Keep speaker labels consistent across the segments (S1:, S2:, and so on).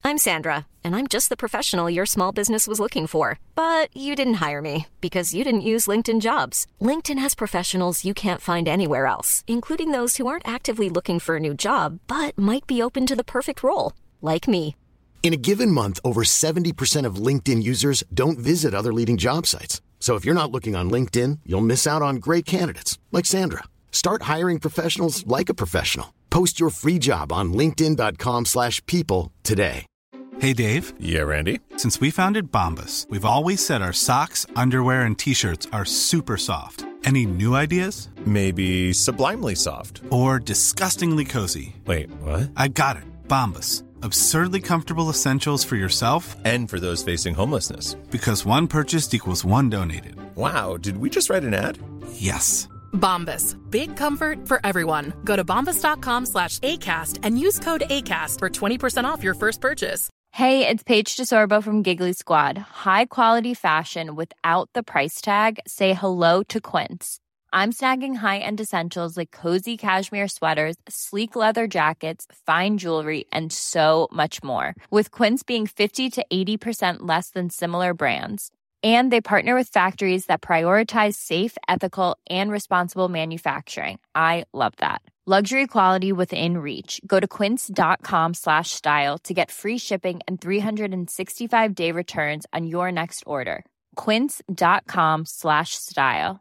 S1: I'm Sandra, and I'm just the professional your small business was looking for. But you didn't hire me because you didn't use LinkedIn Jobs. LinkedIn has professionals you can't find anywhere else, including those who aren't actively looking for a new job, but might be open to the perfect role, like me.
S2: In a given month, over 70% of LinkedIn users don't visit other leading job sites. So if you're not looking on LinkedIn, you'll miss out on great candidates like Sandra. Start hiring professionals like a professional. Post your free job on linkedin.com/people today.
S3: Hey, Dave.
S4: Yeah, Randy.
S3: Since we founded Bombas, we've always said our socks, underwear, and T-shirts are super soft. Any new ideas?
S4: Maybe sublimely soft.
S3: Or disgustingly cozy.
S4: Wait, what?
S3: I got it. Bombas. Absurdly comfortable essentials for yourself
S4: And for those facing homelessness.
S3: Because one purchased equals one donated.
S4: Wow, did we just write an ad?
S3: Yes.
S5: Bombas. Big comfort for everyone. Go to bombas.com/ACAST and use code ACAST for 20% off your first purchase.
S6: Hey, it's Paige DeSorbo from Giggly Squad. High quality fashion without the price tag. Say hello to Quince. I'm snagging high-end essentials like cozy cashmere sweaters, sleek leather jackets, fine jewelry, and so much more. With Quince being 50 to 80% less than similar brands. And they partner with factories that prioritize safe, ethical, and responsible manufacturing. I love that. Luxury quality within reach. Go to quince.com/style to get free shipping and 365-day returns on your next order. Quince.com/style.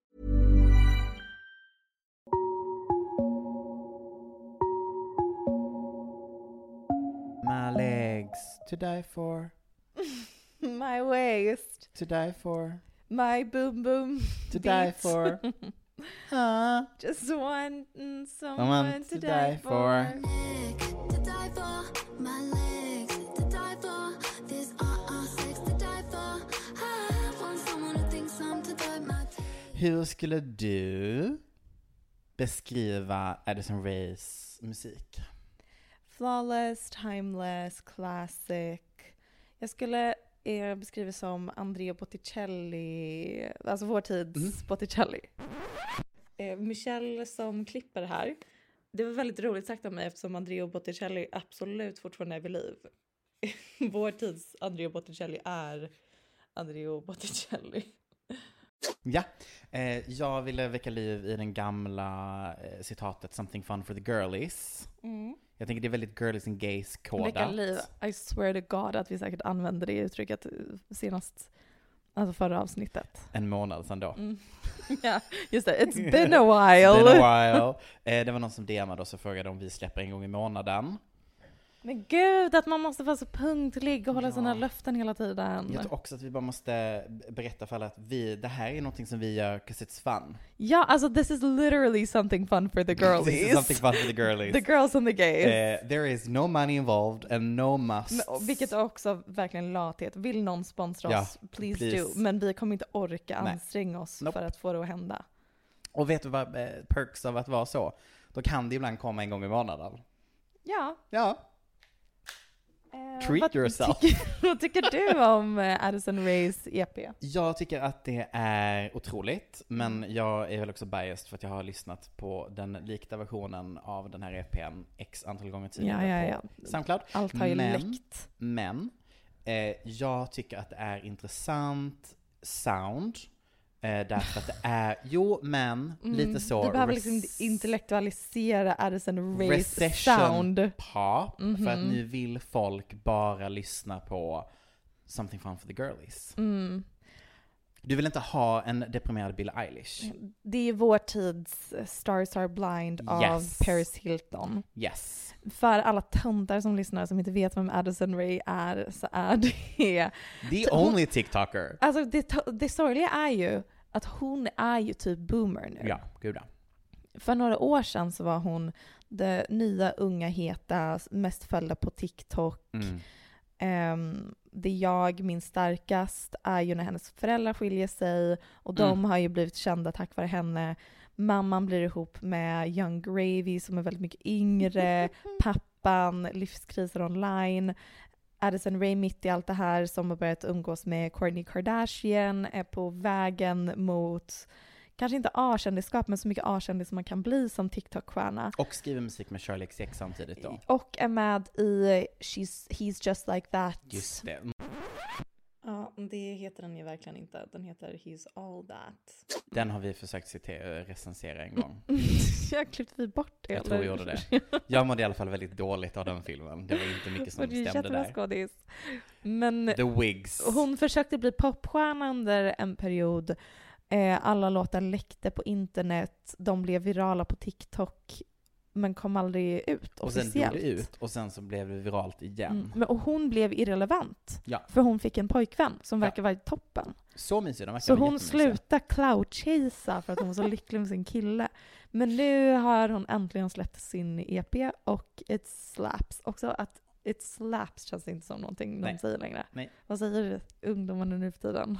S7: My legs to die for.
S8: My waist
S7: To die for.
S8: my boom boom
S7: To die
S8: beats.
S7: for.
S8: Just want someone
S7: Someone
S8: to die for.
S9: To die for, my legs to die for. This sex to die for. I want someone who thinks I'm to die my
S7: Hur skulle du beskriva Addison Rays musik?
S8: Flawless, timeless, classic. Jag skulle beskriva som Andrea Botticelli, alltså vår tids Botticelli. Michelle som klipper här. Det var väldigt roligt sagt av mig eftersom Andrea Botticelli absolut fortfarande är vid liv. Vår tids Andrea Botticelli är Andrea Botticelli.
S7: Ja, jag ville väcka liv i den gamla citatet Something fun for the girlies. Jag tänker det är väldigt girlies and gays kodat.
S8: Väcka liv. I swear to God att vi säkert använde det uttrycket senast, alltså förra avsnittet.
S7: En månad sedan då.
S8: Ja, just det. It's been a while.
S7: It's been a while. Det var någon som DMade oss och frågade om vi släpper en gång i månaden.
S8: Men gud, att man måste vara så punktlig och hålla sina löften hela tiden.
S7: Jag tror också att vi bara måste berätta för alla att det här är någonting som vi gör 'cause it's fun.
S8: Ja, alltså this is literally something fun for the girlies.
S7: This is something fun for the girlies.
S8: The girls and the gays.
S7: There is no money involved and no must.
S8: Vilket också verkligen lathet. Vill någon sponsra oss, please do. Men vi kommer inte orka anstränga oss för att få det att hända.
S7: Och vet du vad perks av att vara så? Då kan det ibland komma en gång i månaden. Ja. Treat yourself.
S8: Vad tycker du om Addison Rays EP?
S7: Jag tycker att det är otroligt, men jag är väl också biased för att jag har lyssnat på den likta versionen av den här EPn x antal gånger tidigare på SoundCloud.
S8: Allt har ju läckt.
S7: Men jag tycker att det är intressant sound. Därför att det är, lite så.
S8: Du behöver liksom intellektualisera Addison Rays sound.
S7: Pop, för att nu vill folk bara lyssna på Something fun for the girlies. Du vill inte ha en deprimerad Billie Eilish.
S8: Det är vår tids Stars Are Blind av Paris Hilton.
S7: Yes.
S8: För alla töntar som lyssnar som inte vet vem Addison Rae är, så är det...
S7: The only TikToker.
S8: Alltså det sorgliga är ju att hon är ju typ boomer nu.
S7: Ja, gud.
S8: För några år sedan så var hon det nya, unga, heta, mest följda på TikTok. Det jag minns starkast är ju när hennes föräldrar skiljer sig. Och de har ju blivit kända tack vare henne. Mamman blir ihop med Young Gravy som är väldigt mycket yngre. Pappan, livskriser online. Addison Rae mitt i allt det här som har börjat umgås med Kourtney Kardashian. Är på vägen mot kanske inte A-kändisskap, men så mycket A-kändis som man kan bli som TikTok-stjärna.
S7: Och skriver musik med Charli XCX samtidigt då.
S8: Och är med i He's Just Like That.
S7: Just det.
S8: Ja, det heter den ju verkligen inte. Den heter He's All That.
S7: Den har vi försökt recensera en gång.
S8: Jag klippte vi bort det.
S7: Jag tror vi gjorde det. Jag mådde i alla fall väldigt dåligt av den filmen. Det var inte mycket som stämde där.
S8: Skådis. Men
S7: The Wigs.
S8: Hon försökte bli popstjärna under en period. Alla låtar läckte på internet. De blev virala på TikTok. Men kom aldrig ut officiellt.
S7: Och sen dog det ut. Och sen så blev det viralt igen.
S8: Och hon blev irrelevant.
S7: Ja.
S8: För hon fick en pojkvän som verkar vara i toppen.
S7: Så mysig.
S8: Så hon slutade cloud-chasa för att hon var så lycklig med sin kille. Men nu har hon äntligen släppt sin EP och It Slaps. Också att It Slaps känns inte som någonting någon säger längre.
S7: Nej.
S8: Vad säger ungdomarna nu för tiden?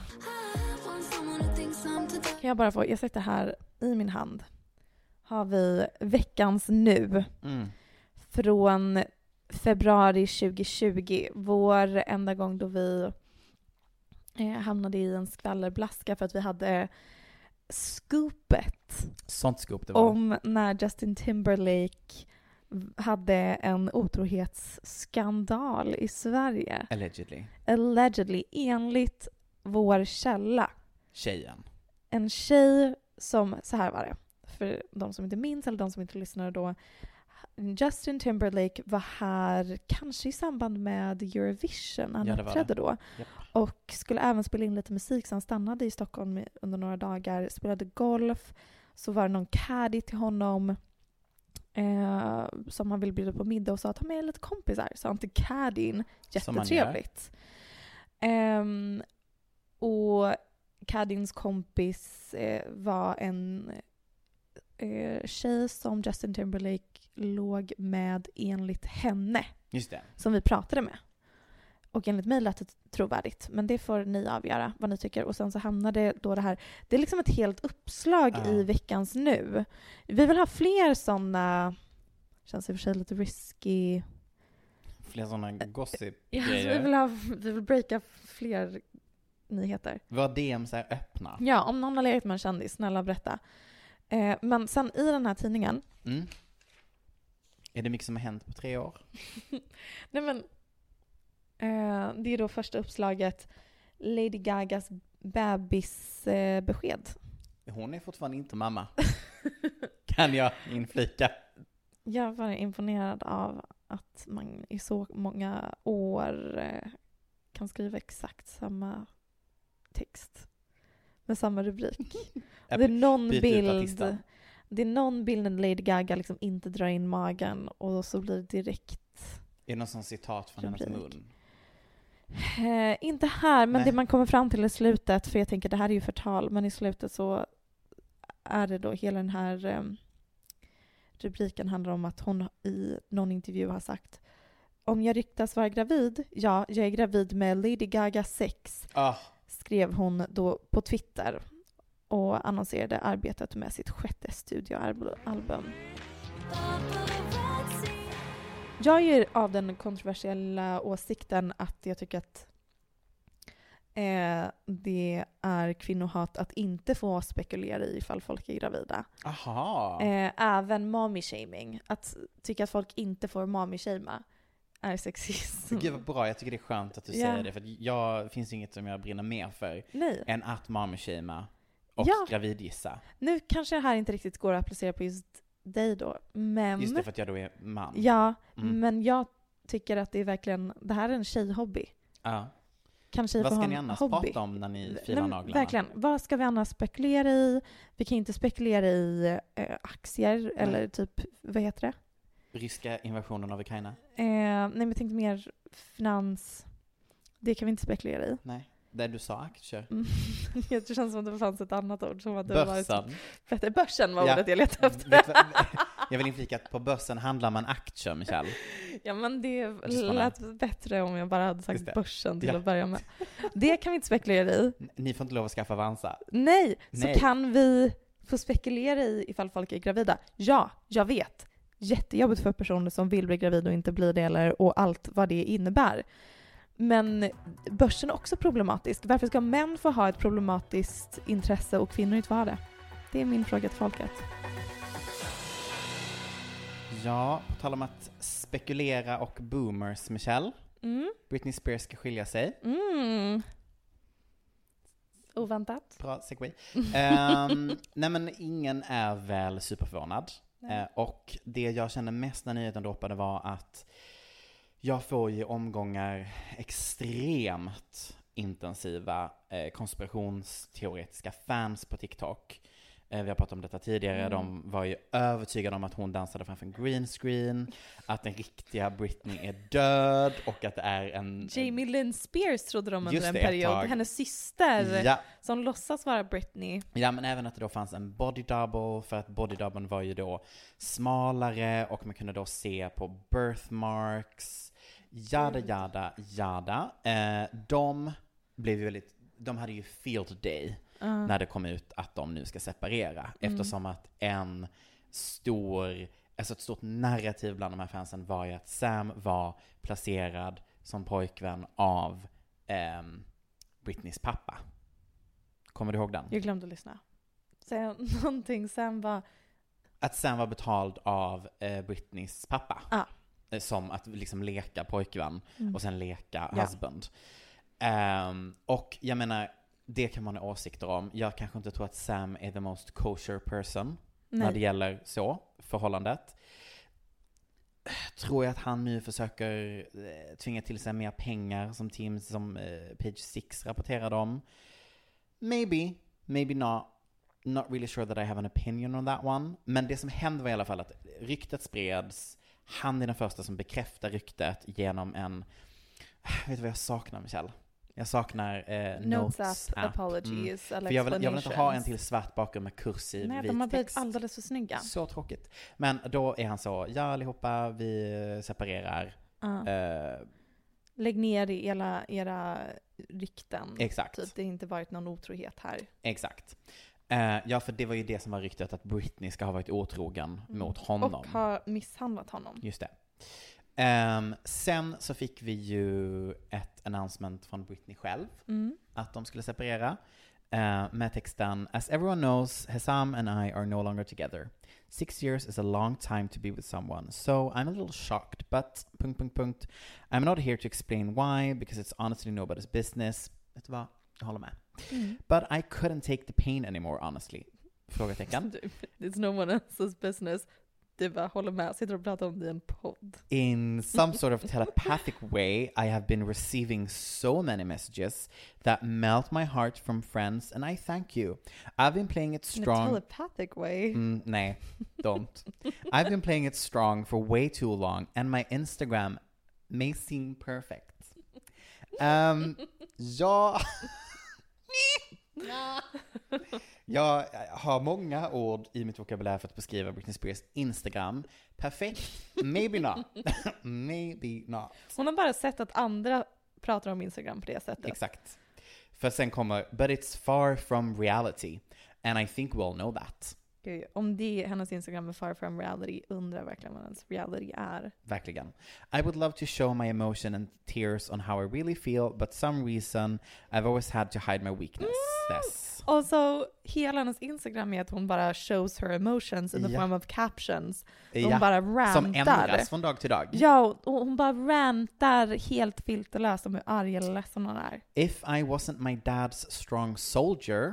S8: Kan jag bara få, jag sätter här i min hand. Har vi veckans nu. Från februari 2020. Vår enda gång då vi hamnade i en skvallerblaska för att vi hade scoopet.
S7: Sånt scoop det var.
S8: Om när Justin Timberlake hade en otrohetsskandal i Sverige. Allegedly, enligt vår källa.
S7: Tjejen.
S8: En tjej som, så här var det. För de som inte minns eller de som inte lyssnar då. Justin Timberlake var här kanske i samband med Eurovision. Han uppträdde då.
S7: Yep.
S8: Och skulle även spela in lite musik, så han stannade i Stockholm under några dagar. Spelade golf. Så var det någon caddy till honom som han ville bjuda på middag och sa att han med lite kompisar. Så han till caddien. Jättetrevligt. Och caddiens kompis var en tjej som Justin Timberlake låg med enligt henne.
S7: Just det.
S8: Som vi pratade med. Och enligt mig lät det trovärdigt. Men det får ni avgöra vad ni tycker. Och sen så hamnade då det här. Det är liksom ett helt uppslag i veckans nu. Vi vill ha fler sådana. Känns i och för sig lite risky.
S7: Fler sådana gossip-grejer.
S8: Vi vill breaka fler nyheter.
S7: Var DMs är öppna?
S8: Ja, om någon har legat med en kändis, snälla berätta. Men sen i den här tidningen.
S7: Är det mycket som har hänt på 3 år?
S8: Nej men. Det är då första uppslaget. Lady Gagas bebisbesked.
S7: Hon är fortfarande inte mamma. Kan jag inflika?
S8: Jag var imponerad av att man i så många år kan skriva exakt samma text med samma rubrik. Det är någon bild när Lady Gaga liksom inte drar in magen och så blir det direkt.
S7: Är det någon sån citat från hennes mun?
S8: Inte här, men det man kommer fram till i slutet, för jag tänker det här är ju förtal, men i slutet så är det då hela den här rubriken handlar om att hon i någon intervju har sagt: om jag ryktas vara gravid, ja, jag är gravid med Lady Gaga 6. Skrev hon då på Twitter och annonserade arbetet med sitt 6:e studioalbum. Jag är av den kontroversiella åsikten att jag tycker att det är kvinnohat att inte få spekulera i ifall folk är gravida.
S7: Aha.
S8: Även mommy-shaming. Att tycka att folk inte får mommy-shama är sexism.
S7: Gud vad bra, jag tycker det är skönt att du säger det. För det finns inget som jag brinner mer för än att mommy-shama och gravidgissa. Nu kanske det här inte riktigt går att applicera på just dig då. Men just det, för att jag då är man. Ja, men jag tycker att det är verkligen, det här är en tjejhobby. Ja. Vad ska ni annars prata om när ni filar naglarna? Verkligen. Vad ska vi annars spekulera i? Vi kan inte spekulera i aktier eller typ, vad heter det? Ryska invasionen av Ukraina? Nej, men jag tänkte mer finans. Det kan vi inte spekulera i. Nej. Där du sa aktier. Det känns som att det fanns ett annat ord. Som att det börsen. Börsen var ordet jag letade efter. Jag vill inflika att på börsen handlar man aktier, Michel. Ja, men det lät bättre om jag bara hade sagt börsen till att börja med. Det kan vi inte spekulera i. Ni får inte lov att skaffa Avanza. Nej, så kan vi få spekulera i ifall folk är gravida. Ja, jag vet. Jättejobbigt för personer som vill bli gravid och inte blir det, och allt vad det innebär. Men börsen är också problematisk. Varför ska män få ha ett problematiskt intresse och kvinnor inte få ha det?
S8: Det är min fråga till folket.
S7: Ja, på tal om att spekulera och boomers, Michelle. Britney Spears ska skilja sig.
S8: Oväntat.
S7: Bra segway. Nej, men ingen är väl superförvånad. Och det jag kände mest när nyheten droppade var att jag får ju omgångar extremt intensiva konspirationsteoretiska fans på TikTok. Vi har pratat om detta tidigare. De var ju övertygade om att hon dansade framför en green screen, att den riktiga Britney är död och att det är en...
S8: Jamie Lynn Spears trodde de under en period. Hennes syster som låtsas vara Britney.
S7: Ja, men även att det då fanns en body double, för att body doublen var ju då smalare och man kunde då se på birthmarks. Jada. De hade ju field day när det kom ut att de nu ska separera. Eftersom att ett stort narrativ bland de här fansen var ju att Sam var placerad som pojkvän av Britneys pappa. Kommer du ihåg den?
S8: Jag glömde lyssna. Säg någonting.
S7: Att Sam var betald av Britneys pappa. Som att liksom leka pojkvän och sen leka husband. Och jag menar, det kan man ha åsikter om. Jag kanske inte tror att Sam är the most kosher person när det gäller så förhållandet. Tror jag att han nu försöker tvinga till sig mer pengar som Page 6 rapporterade om? Maybe not. Not really sure that I have an opinion on that one. Men det som hände var i alla fall att ryktet spreds. Han är den första som bekräftar ryktet genom en... Vet du vad jag saknar, Michelle? Jag saknar Notes app.
S8: Apologies.
S7: För jag vill inte ha en till svart bakgrund med kursiv vit text.
S8: Nej, de har blivit alldeles för snygga.
S7: Så tråkigt. Men då är han så, ja allihopa, vi separerar.
S8: Lägg ner i era rykten.
S7: Exakt.
S8: Typ, det har inte varit någon otrohet här.
S7: Exakt. Ja, för det var ju det som var ryktet, att Britney ska ha varit otrogen mot honom.
S8: Och ha misshandlat honom.
S7: Just det. Sen så fick vi ju ett announcement från Britney själv att de skulle separera med texten: As everyone knows, Hesam and I are no longer together. 6 years is a long time to be with someone, so I'm a little shocked, but ... I'm not here to explain why, because it's honestly nobody's business. Vet du vad? Jag håller med. But I couldn't take the pain anymore, honestly. Frågetecken.
S8: It's no one else's business. Du bara håller med, sitter och pratar om det i en podd.
S7: In some sort of telepathic way, I have been receiving so many messages that melt my heart from friends, and I thank you. I've been playing it strong.
S8: In a telepathic way?
S7: Nej, don't. I've been playing it strong for way too long, and my Instagram may seem perfect. Jag har många ord i mitt vokabulär för att beskriva Britney Spears Instagram. Perfekt, maybe not. Maybe not.
S8: Hon har bara sett att andra pratar om Instagram på det sättet.
S7: Exakt. För sen kommer, but it's far from reality. And I think we'll know that.
S8: Gud, om det är hennes Instagram är far from reality, undrar verkligen vad hennes reality är.
S7: Verkligen. I would love to show my emotion and tears on how I really feel, but some reason I've always had to hide my weaknesses.
S8: Och så hela hennes Instagram är att hon bara shows her emotions in the form of captions. Hon bara rantar.
S7: Som ändras från dag till dag.
S8: Ja, och hon bara rantar helt filterlöst om hur arg eller ledsen hon är.
S7: If I wasn't my dad's strong soldier,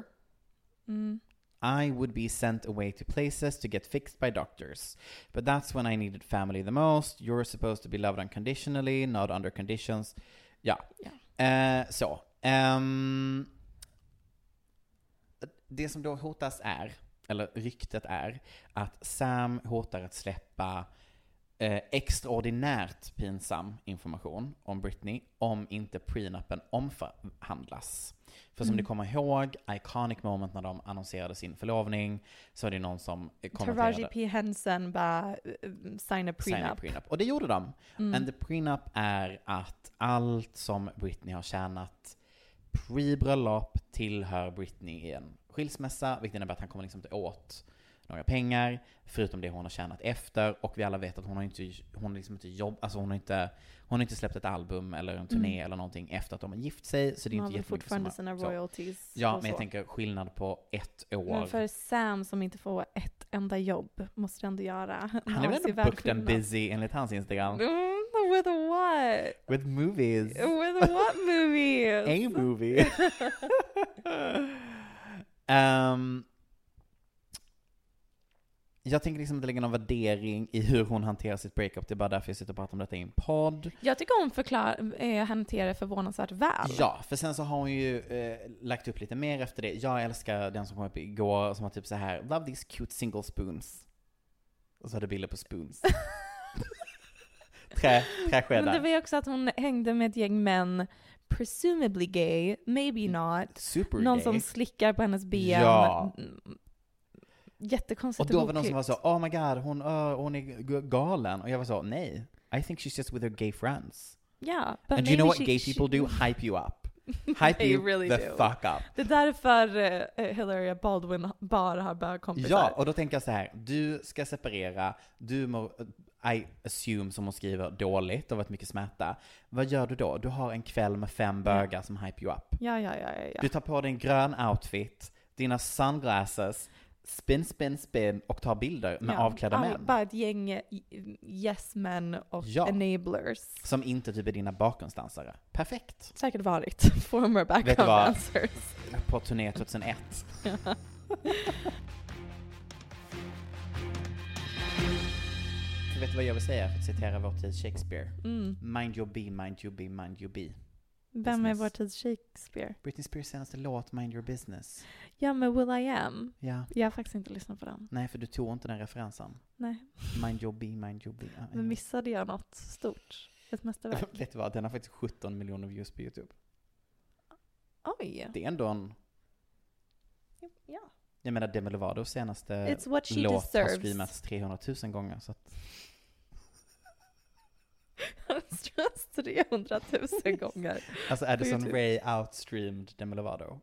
S7: I would be sent away to places to get fixed by doctors. But that's when I needed family the most. You're supposed to be loved unconditionally, not under conditions. Ja. Det som då hotas är, eller ryktet är, att Sam hotar att släppa extraordinärt pinsam information om Britney om inte prenupen omförhandlas. För som ni kommer ihåg, iconic moment när de annonserade sin förlovning, så är det någon som kommenterade.
S8: Taraji P. Henson bara sign a prenup.
S7: Och det gjorde de. And the prenup är att allt som Britney har tjänat pre-bröllop tillhör Britney i en skilsmässa, vilket innebär att han kommer liksom inte åt några pengar, förutom det hon har tjänat efter, och vi alla vet att hon har inte släppt ett album eller en turné eller någonting efter att de har gift sig, så det är inte jättemycket
S8: fortfarande sina royalties.
S7: Ja, men jag tänker skillnad på 1 år.
S8: Men för Sam som inte får ett enda jobb måste det ändå göra.
S7: Han är väl ändå booked and busy enligt hans Instagram.
S8: With what?
S7: With movies.
S8: With what movies?
S7: A movie. Jag tänker liksom inte lägga någon värdering i hur hon hanterar sitt breakup. Det är bara därför jag sitter och pratar om detta i en podd.
S8: Jag tycker hon hanterar det förvånansvärt väl.
S7: Ja, för sen så har hon ju lagt upp lite mer efter det. Jag älskar den som kom upp igår som var typ så här: love these cute single spoons. Och så hade bilder på spoons. Träskedar.
S8: Men det var ju också att hon hängde med ett gäng män, presumably gay, maybe not.
S7: Super
S8: någon
S7: gay.
S8: som slickar på hennes ben.
S7: Ja.
S8: Jättekonstigt.
S7: Och då var någon som var så, oh my god, hon är galen. Och jag var så, nej, I think she's just with her gay friends.
S8: Yeah,
S7: but and you know what gay people do? Hype you up. Hype you really the fuck up.
S8: Det är därför Hilaria Baldwin bara har bögkompisar.
S7: Ja, och då tänker jag så här, du ska separera, I assume, som hon skriver, dåligt och varit mycket smärta. Vad gör du då? Du har en kväll med 5 bögar som hype you up.
S8: Ja.
S7: Du tar på dig en grön outfit, dina sunglasses, spin och tar bilder med avklädda män.
S8: Bara ett gäng yes men och enablers.
S7: Som inte typ är dina bakgrundsdansare. Perfekt.
S8: Säkert varit former background dancers.
S7: På turné 2001. Vet du vad jag vill säga för att citera vår tids Shakespeare? Mind your be, mind you be, mind you be.
S8: Vem är vår tids Shakespeare?
S7: Britney Spears senaste låt, Mind Your Business.
S8: Ja, med Will I Am.
S7: Ja.
S8: Jag har faktiskt inte lyssnat på den.
S7: Nej, för du tog inte den referensen.
S8: Nej.
S7: Mind your be, mind your be.
S8: Men missade jag något stort? Ett mästerverk?
S7: Vet du vad? Den har faktiskt 17 miljoner views på YouTube.
S8: Oj.
S7: Det är ändå en...
S8: Ja.
S7: Jag menar, Demi Lovatos senaste
S8: låt
S7: har streamats 300 000 gånger. Så att...
S8: 300 000 gånger.
S7: Alltså Addison Rae outstreamed Demi Lovato.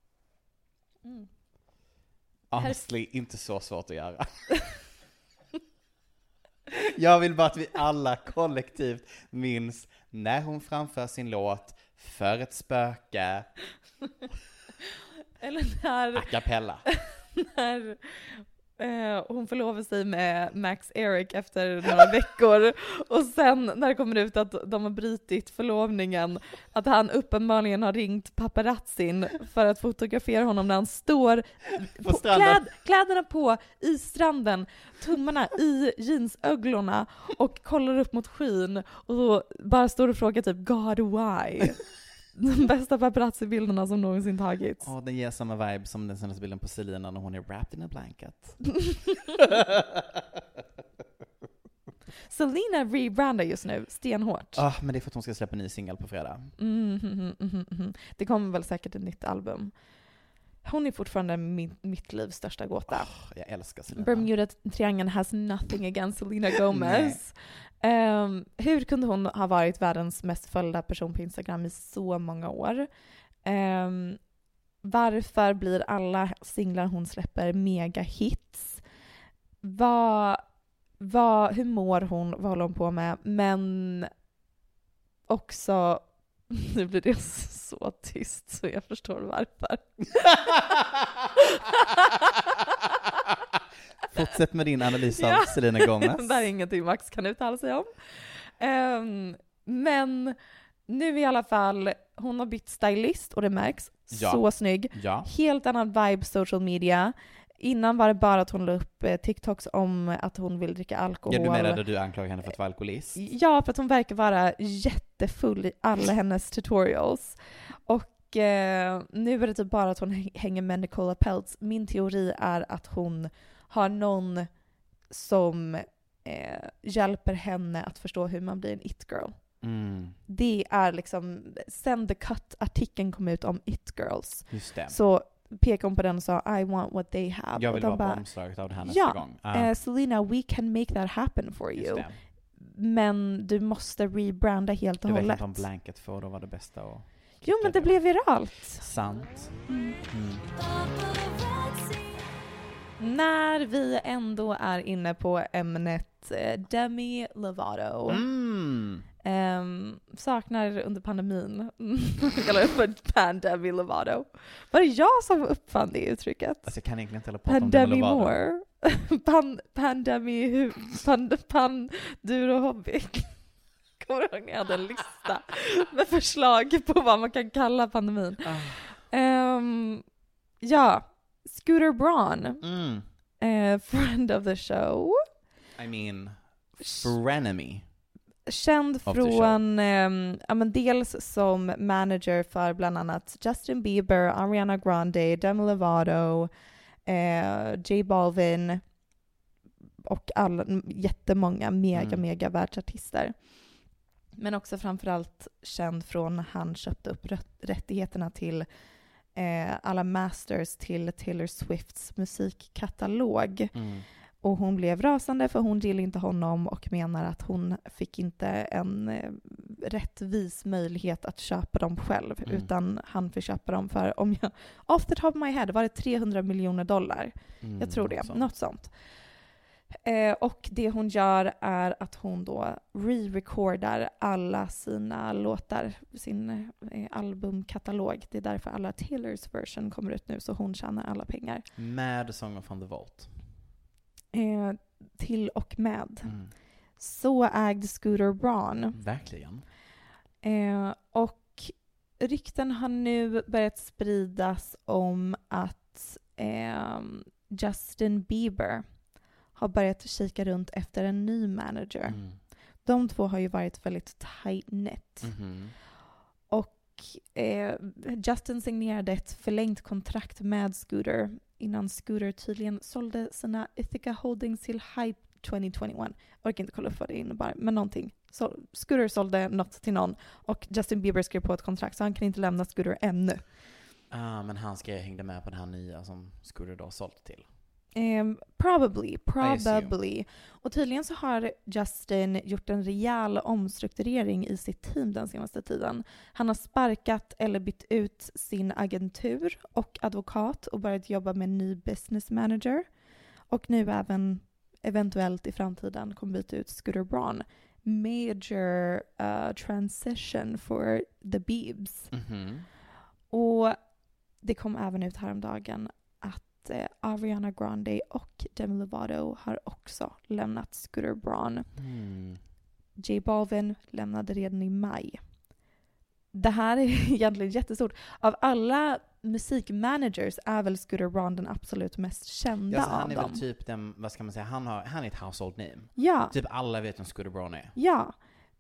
S7: Honestly, inte så svårt att göra. Jag vill bara att vi alla kollektivt minns när hon framför sin låt För ett spöke.
S8: Eller när...
S7: A cappella.
S8: När hon förlovar sig med Max Eric efter några veckor, och sen när det kommer ut att de har brytit förlovningen, att han uppenbarligen har ringt paparazzin för att fotografera honom när han står på kläderna på i stranden, tummarna i jeansöglorna och kollar upp mot skyn och då bara står och frågar typ God why? De bästa paparazzi-bilderna som någonsin tagits.
S7: Den ger samma vibe som den senaste bilden på Selena när hon är wrapped in a blanket.
S8: Selena rebrandar just nu stenhårt.
S7: Men det är för att hon ska släppa en ny singel på fredag.
S8: Det kommer väl säkert ett nytt album. Hon är fortfarande mitt livs största gåta.
S7: Jag älskar Selena.
S8: Bermuda-triangeln has nothing against Selena Gomez. Hur kunde hon ha varit världens mest följda person på Instagram i så många år? Varför blir alla singlar hon släpper mega hits? Hur mår hon? Vad håller hon på med? Men också, nu blir det så tyst så jag förstår varför.
S7: Fortsätt med din analys av Selena Gomez.
S8: Det här är ingenting Max kan uttala sig om. Men nu i alla fall, hon har bytt stylist och det märks. Så snygg.
S7: Ja.
S8: Helt annan vibe social media. Innan var det bara att hon la upp TikToks om att hon vill dricka alkohol.
S7: Ja, du menade att du anklagar henne för att vara alkoholist?
S8: Ja, för att hon verkar vara jättefull i alla hennes tutorials. Och nu är det typ bara att hon hänger med Nicola Peltz. Min teori är att hon har någon som hjälper henne att förstå hur man blir en it-girl. Det är liksom, sen The Cut-artikeln kom ut om it-girls.
S7: Just det.
S8: Så pekade hon på den och sa I want what they have.
S7: Jag vill vara på omslaget av det här nästa gång.
S8: Selena, we can make that happen for you. Men du måste rebranda helt och hållet.
S7: Jag vet inte om blanket får då var det bästa.
S8: Jo, men det blev viralt.
S7: Sant.
S8: När vi ändå är inne på ämnet Demi Lovato. Saknar under pandemin. Jag kallar det för Pandemi Lovato. Var det jag som uppfann det uttrycket?
S7: Alltså jag kan egentligen inte prata om Demi Lovato.
S8: Pandemi Panduro Hobby. Kommer du ihåg när jag hade en lista med förslag på vad man kan kalla pandemin? Ja, Scooter Braun. Friend of the show.
S7: I mean, frenemy.
S8: Känd från dels som manager för bland annat Justin Bieber, Ariana Grande, Demi Lovato, J Balvin och jättemånga mega världsartister. Men också framförallt känd från han köpte upp rättigheterna till alla masters till Taylor Swifts musikkatalog. Och hon blev rasande för hon gillade inte honom och menar att hon fick inte en rättvis möjlighet att köpa dem själv utan han fick köpa dem för, om jag off the top of my head, var det $300 miljoner. Jag tror det, något sånt. Och det hon gör är att hon då re-recordar alla sina låtar, sin albumkatalog. Det är därför alla Taylors version kommer ut nu, så hon tjänar alla pengar.
S7: Med Song from the Vault.
S8: Till och med. Så ägde Scooter Braun.
S7: Verkligen.
S8: Och rykten har nu börjat spridas om att Justin Bieber har börjat kika runt efter en ny manager. De två har ju varit väldigt tight-knit. Och Justin signerade ett förlängt kontrakt med Scooter innan Scooter tydligen sålde sina Ithaca Holdings till Hype 2021. Jag orkar inte kolla upp vad det innebär, men någonting. Så Scooter sålde något till någon och Justin Bieber skrev på ett kontrakt så han kan inte lämna Scooter ännu.
S7: Men han hängde med på det här nya som Scooter då sålt till.
S8: Probably. Och tydligen så har Justin gjort en rejäl omstrukturering i sitt team den senaste tiden. Han har sparkat eller bytt ut sin agentur och advokat och börjat jobba med en ny business manager. Och nu även eventuellt i framtiden kommer byta ut Scooter Braun. Major transition for the Biebs. Och det kom även ut häromdagen att Ariana Grande och Demi Lovato har också lämnat Scooter Braun. J Balvin lämnade redan i maj. Det här är egentligen jättestort. Av alla musikmanagers är väl Scooter Braun den absolut mest kända av dem.
S7: Han är väl typ den, vad ska man säga, han är ett household name.
S8: Ja.
S7: Typ alla vet vem Scooter Braun är.
S8: Ja.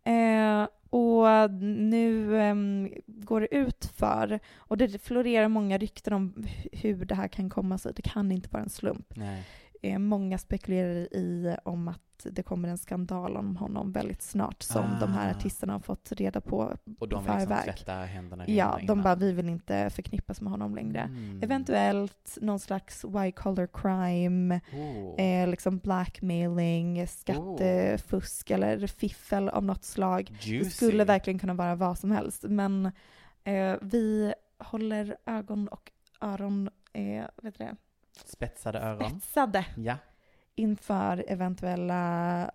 S8: Och nu går det ut för, och det florerar många rykten om hur det här kan komma sig. Det kan inte vara en slump.
S7: Nej.
S8: Många spekulerar om att det kommer en skandal om honom väldigt snart som de här artisterna har fått reda på.
S7: Och de vill liksom tvätta händerna.
S8: Ja, de bara, vi vill inte förknippas med honom längre. Eventuellt någon slags white collar crime, liksom blackmailing, skattefusk eller fiffel av något slag.
S7: Juicy.
S8: Det skulle verkligen kunna vara vad som helst. Men vi håller ögon och öron,
S7: Spetsade öron.
S8: Ja. Inför eventuella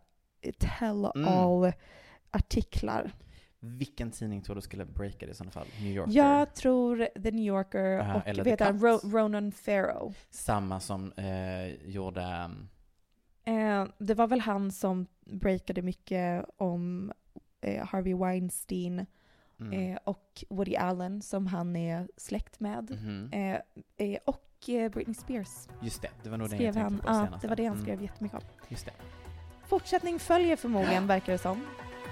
S8: tell-all-artiklar.
S7: Vilken tidning tror du skulle breaka det i sådana fall? New Yorker?
S8: Jag tror The New Yorker och Ronan Farrow.
S7: Samma som gjorde...
S8: det var väl han som breakade mycket om Harvey Weinstein och Woody Allen som han är släkt med. Och Britney Spears.
S7: Just det var nog det jag tänkte på senast.
S8: Det var det han skrev jättemycket om.
S7: Just det.
S8: Fortsättning följer förmodligen, verkar det som.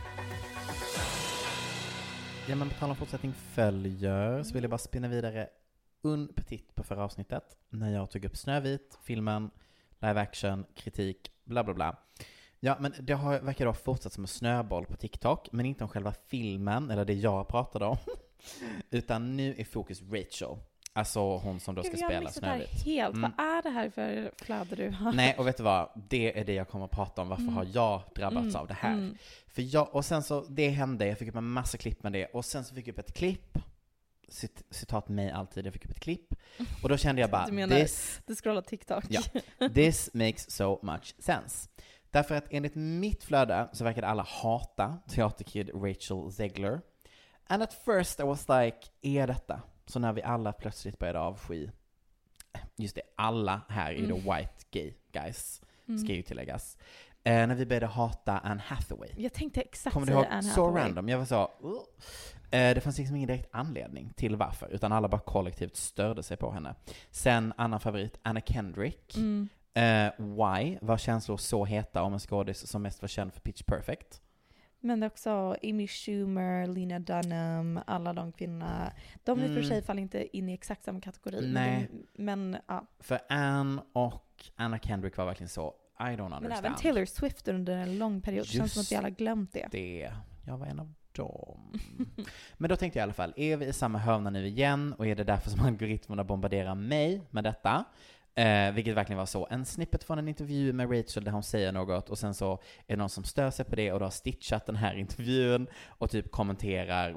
S7: Ja, men på tal om fortsättning följer så vill jag bara spinna vidare petit på förra avsnittet när jag tog upp Snövit, filmen, live action, kritik, bla bla bla. Ja, men det verkar då fortsatt som en snöboll på TikTok, men inte om själva filmen eller det jag pratade om. Utan nu är fokus Rachel. Alltså hon som då ska spela Snövit.
S8: Helt. Vad är det här för flöde du har?
S7: Nej, och vet du vad? Det är det jag kommer att prata om. Varför har jag drabbats av det här? För och sen så, det hände. Jag fick upp en massa klipp med det. Och sen så fick jag upp ett klipp citat mig alltid, jag fick upp ett klipp. Och då kände jag bara,
S8: du scrollar TikTok.
S7: Ja, this makes so much sense. Därför att enligt mitt flöde så verkade alla hata teaterkid Rachel Zegler. And at first I was like, är detta? Så när vi alla plötsligt började avsky, just det, alla här i the white gay guys, ska ju tilläggas. När vi började hata Anne Hathaway.
S8: Jag tänkte exakt
S7: säga Anne Hathaway. Så random. Jag var så, det fanns liksom ingen direkt anledning till varför, utan alla bara kollektivt störde sig på henne. Sen annan favorit, Anna Kendrick. Why var känslor så heta om en skådis som mest var känd för Pitch Perfect?
S8: Men det är också Amy Schumer, Lena Dunham, alla de kvinnorna. De är för sig fall inte in i exakt samma kategori.
S7: Nej.
S8: Men ja.
S7: För Anne och Anna Kendrick var verkligen så, I don't understand.
S8: Men även Taylor Swift under en lång period. Det känns som att vi alla glömt det.
S7: Jag var en av dem. Men då tänkte jag i alla fall, är vi i samma hörna nu igen? Och är det därför som algoritmerna bombarderar mig med detta? Vilket verkligen var så. En snippet från en intervju med Rachel där hon säger något och sen så är det någon som stör sig på det och då har stitchat den här intervjun och typ kommenterar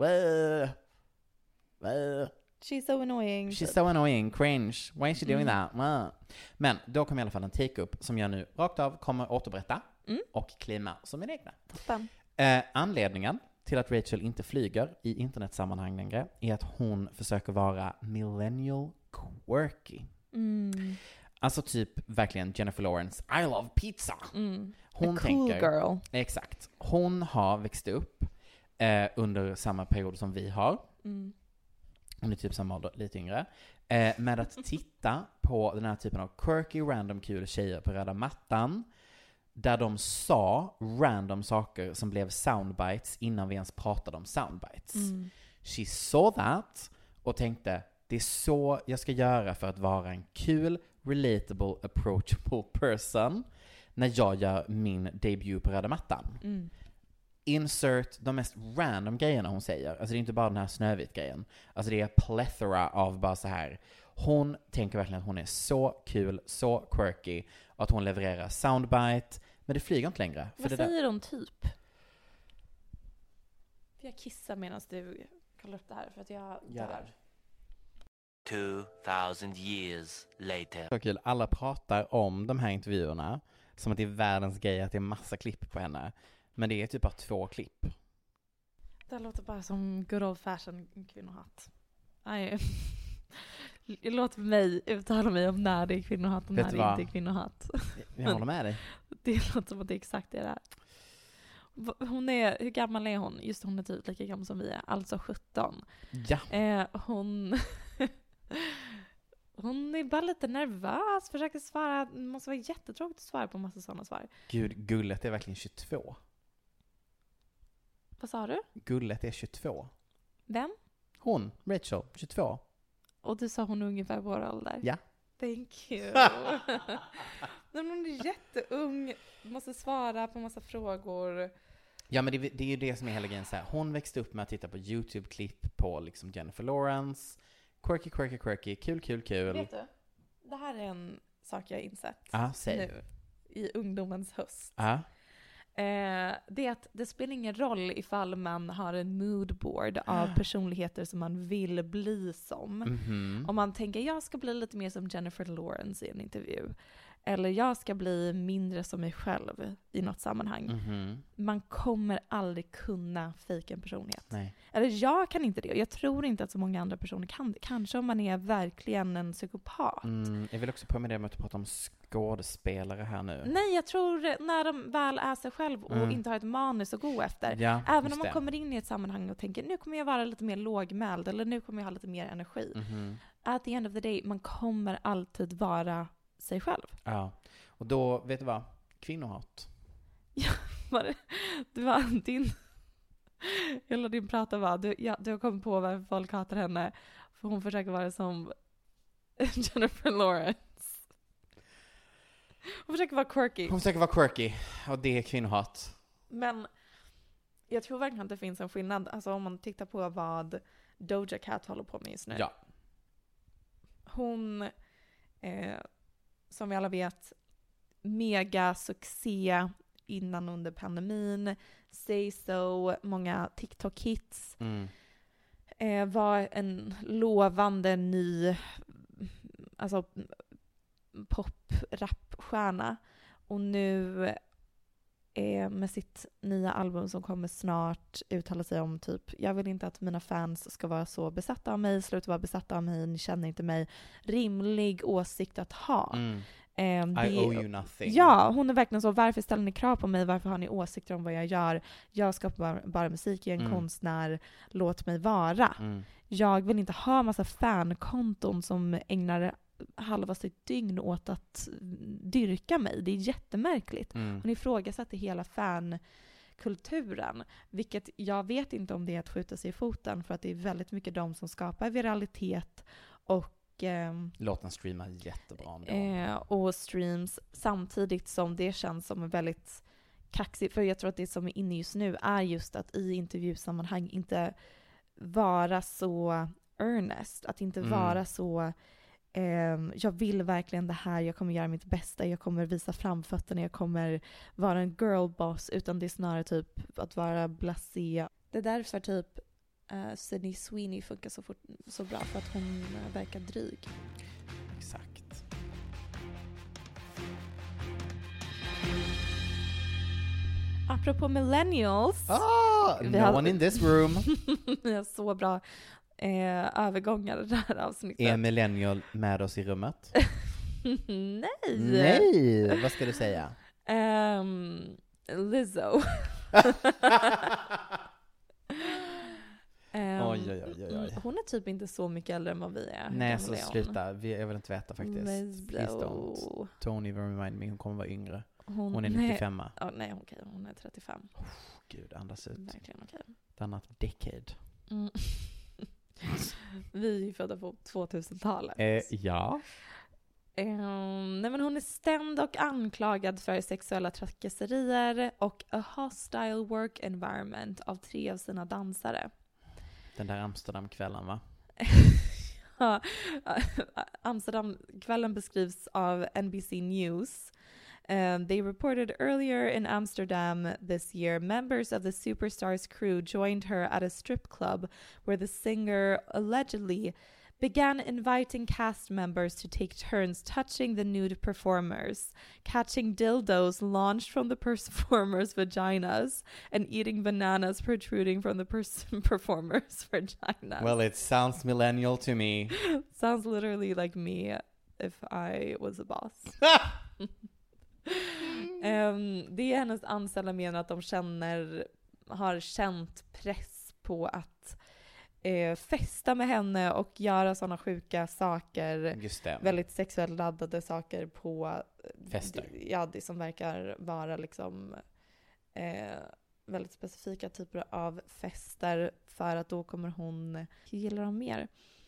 S8: She's so annoying.
S7: She's so annoying, cringe. Why is she doing that? Men då kom i alla fall en take-up som jag nu rakt av kommer återberätta och klima som min egna. Anledningen till att Rachel inte flyger i internetsammanhang längre är att hon försöker vara millennial quirky. Alltså typ verkligen Jennifer Lawrence, I love pizza. Hon
S8: a cool girl.
S7: Exakt. Hon har växt upp under samma period som vi har. Hon är typ samma ålder, lite yngre. Med att titta på den här typen av quirky, random, kul tjejer på röda mattan. Där de sa random saker som blev soundbites innan vi ens pratade om soundbites. She saw that och tänkte, det är så jag ska göra för att vara en kul, relatable, approachable person när jag gör min debut på röda mattan. Insert de mest random grejerna hon säger. Alltså det är inte bara den här Snövit-grejen. Alltså det är plethora av bara så här. Hon tänker verkligen att hon är så kul, så quirky och att hon levererar soundbite. Men det flyger inte längre.
S8: Vad säger hon typ? Jag kissar medan du kollar upp det här för att jag dör.
S10: 2000 years later.
S7: Så kul. Alla pratar om de här intervjuerna som att det är världens grej, att det är massa klipp på henne. Men det är typ bara 2 klipp.
S8: Det låter bara som good old fashion kvinnohat. Låt mig uttala mig om när det är kvinnohat och när det inte är kvinnohat.
S7: Jag håller med dig.
S8: Det låter som att det är exakt det där. Hur gammal är hon? Just hon är typ lika gammal som vi är. Alltså 17.
S7: Ja.
S8: Hon är bara lite nervös. Försöker svara. Det måste vara jättetråkigt att svara på en massa sådana svar.
S7: Gud, Gullet är verkligen 22.
S8: Vad sa du?
S7: Gullet är 22.
S8: Vem?
S7: Hon, Rachel, 22.
S8: Och du sa hon ungefär vår ålder?
S7: Ja.
S8: Thank you. Men hon är jätteung. Måste svara på en massa frågor.
S7: Ja, men det är ju det som är hela grejen. Så här. Hon växte upp med att titta på YouTube-klipp på liksom Jennifer Lawrence. Quirky, kul.
S8: Vet du? Det här är en sak jag har insett
S7: säg.
S8: Nu i ungdomens höst. Det är att det spelar ingen roll ifall man har en moodboard av personligheter som man vill bli som. Om man tänker, jag ska bli lite mer som Jennifer Lawrence i en intervju. Eller jag ska bli mindre som mig själv i något sammanhang. Man kommer aldrig kunna fejka en personlighet.
S7: Nej.
S8: Eller jag kan inte det. Jag tror inte att så många andra personer kan det. Kanske om man är verkligen en psykopat.
S7: Jag vill också påminna dig om att prata om skådespelare här nu.
S8: Nej, jag tror när de väl är sig själv och inte har ett manus att gå efter.
S7: Ja,
S8: även om man kommer in i ett sammanhang och tänker, nu kommer jag vara lite mer lågmäld. Eller nu kommer jag ha lite mer energi. At the end of the day, man kommer alltid vara sig själv.
S7: Ja, och då, vet du vad? Kvinnohat.
S8: Ja, det var din... Hela din prata var, du har kommit på varför folk hatar henne. För hon försöker vara som Jennifer Lawrence. Hon försöker vara quirky.
S7: Och det är kvinnohat.
S8: Men jag tror verkligen att det finns en skillnad. Alltså om man tittar på vad Doja Cat håller på med just nu.
S7: Ja.
S8: Hon... som vi alla vet, mega succé innan under pandemin. Say So, många TikTok-hits. var en lovande ny alltså pop-rap-stjärna. Och nu med sitt nya album som kommer snart uttalar sig om typ, jag vill inte att mina fans ska vara så besatta av mig, sluta vara besatta av mig, ni känner inte mig. Rimlig åsikt att ha.
S7: I owe you nothing.
S8: Ja, hon är verkligen så, varför ställer ni krav på mig, varför har ni åsikter om vad jag gör? Jag skapar bara musik, jag är en konstnär, låt mig vara. Jag vill inte ha massa fankonton som ägnar halva sitt dygn åt att dyrka mig. Det är jättemärkligt. Hon ifrågasatte hela fankulturen, vilket jag vet inte om det är att skjuta sig i foten, för att det är väldigt mycket de som skapar viralitet och
S7: låten streamar jättebra
S8: och streams, samtidigt som det känns som en väldigt kaxig, för jag tror att det som är inne just nu är just att i intervjusammanhang inte vara så earnest, att inte vara så jag vill verkligen det här, jag kommer göra mitt bästa, jag kommer visa framfötterna, jag kommer vara en girlboss, utan det är snarare typ att vara blasé. Det är därför typ Sydney Sweeney funkar så bra, för att hon verkar dryg.
S7: Exakt.
S8: Apropå millennials.
S7: No one in this room.
S8: Vi har så bra övergångar det här avsnittet.
S7: Är millennial med oss i rummet?
S8: Nej,
S7: vad ska du säga?
S8: Lizzo.
S7: Oj.
S8: Hon är typ inte så mycket äldre än vad vi är.
S7: Nej, så sluta. Jag vill inte veta faktiskt. Please don't. Don't even remind me. Hon kommer vara yngre. Hon är 95.
S8: Nej, okej. Hon är 35.
S7: Gud, andas ut.
S8: Verkligen okej.
S7: Ett annat decade.
S8: Vi är ju födda på 2000-talet.
S7: Ja.
S8: Nej, men hon är stämd och anklagad för sexuella trakasserier och a hostile work environment av 3 av sina dansare.
S7: Den där Amsterdamkvällen, va?
S8: Ja, Amsterdamkvällen beskrivs av NBC News. They reported earlier in Amsterdam this year, members of the Superstars crew joined her at a strip club where the singer allegedly began inviting cast members to take turns touching the nude performers, catching dildos launched from the performers' vaginas, and eating bananas protruding from the performers' vaginas.
S7: Well, it sounds millennial to me.
S8: Sounds literally like me if I was a boss. Det är hennes anställda menar att de har känt press på att festa med henne och göra sådana sjuka saker.
S7: Just det.
S8: Väldigt sexuellt laddade saker på
S7: fester.
S8: Ja, det som verkar vara liksom väldigt specifika typer av fester, för att då kommer hon gilla dem mer.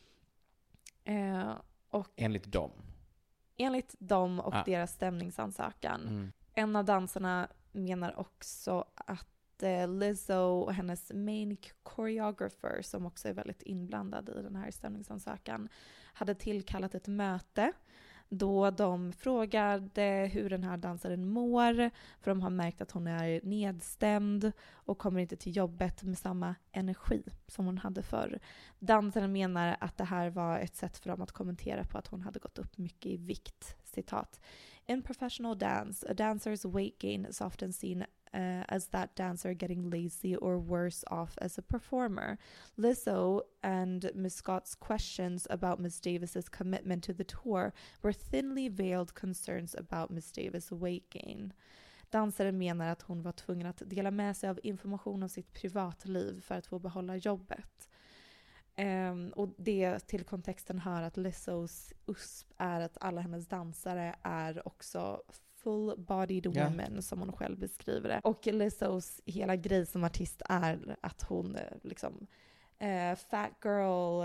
S8: Och
S7: enligt dem
S8: och deras stämningsansökan. En av dansarna menar också att Lizzo och hennes main choreographer, som också är väldigt inblandad i den här stämningsansökan, hade tillkallat ett möte då de frågade hur den här dansaren mår, för de har märkt att hon är nedstämd och kommer inte till jobbet med samma energi som hon hade förr. Dansaren menar att det här var ett sätt för dem att kommentera på att hon hade gått upp mycket i vikt. Citat: "In professional dance, a dancer's weight gain is often seen as that dancer getting lazy or worse off as a performer. Lizzo and Miss Scott's questions about Miss Davis's commitment to the tour were thinly veiled concerns about Miss Davis' weight gain." Dansaren menar att hon var tvungen att dela med sig av information om sitt privatliv för att få behålla jobbet. Och det till kontexten hör att Lizzos USP är att alla hennes dansare är också full-bodied women, som hon själv beskriver det. Och Lizzos hela grej som artist är att hon liksom fat girl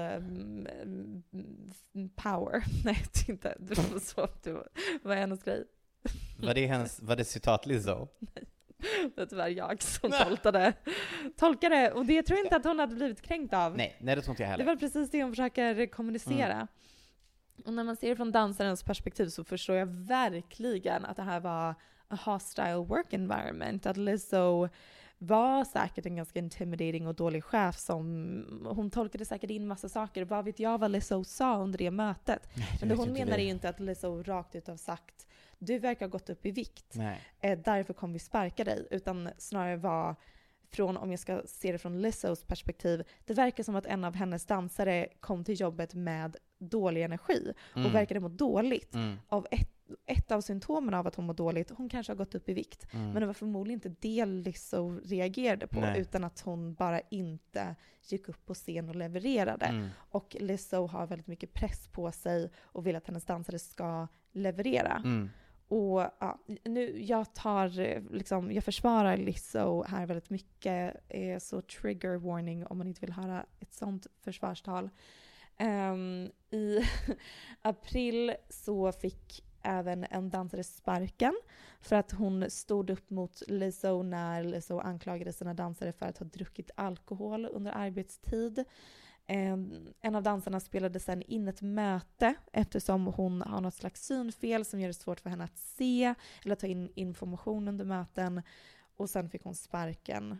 S8: power. Nej, inte. Det var så. Det var hennes grej.
S7: Var det citat Lizzo?
S8: Nej. Det var jag som tolkade. Och det tror jag inte att hon hade blivit kränkt av.
S7: Nej, det tror inte jag heller.
S8: Det var precis det hon försöker kommunicera. Och när man ser det från dansarens perspektiv så förstår jag verkligen att det här var a hostile work environment. Att Lizzo var säkert en ganska intimidating och dålig chef som hon tolkade säkert in massa saker. Vad vet jag vad Lizzo sa under det mötet? Men det hon menar är ju inte att Lizzo rakt ut har sagt du verkar ha gått upp i vikt. Därför kommer vi sparka dig. Utan snarare var från, om jag ska se det från Lizzos perspektiv, det verkar som att en av hennes dansare kom till jobbet med dålig energi och verkade må dåligt. Av ett av symptomen av att hon mår dåligt, hon kanske har gått upp i vikt. Men det var förmodligen inte det Lizzo reagerade på, utan att hon bara inte gick upp på scen och levererade. Och Lizzo har väldigt mycket press på sig och vill att hennes dansare ska leverera. Och ja, nu jag försvarar Lizzo här väldigt mycket, så trigger warning om man inte vill höra ett sånt försvarstal. I april så fick även en dansare sparken för att hon stod upp mot Lizzo när Lizzo anklagade sina dansare för att ha druckit alkohol under arbetstid. En av dansarna spelade sen in ett möte eftersom hon har något slags synfel som gör det svårt för henne att se eller ta in information under möten, och sen fick hon sparken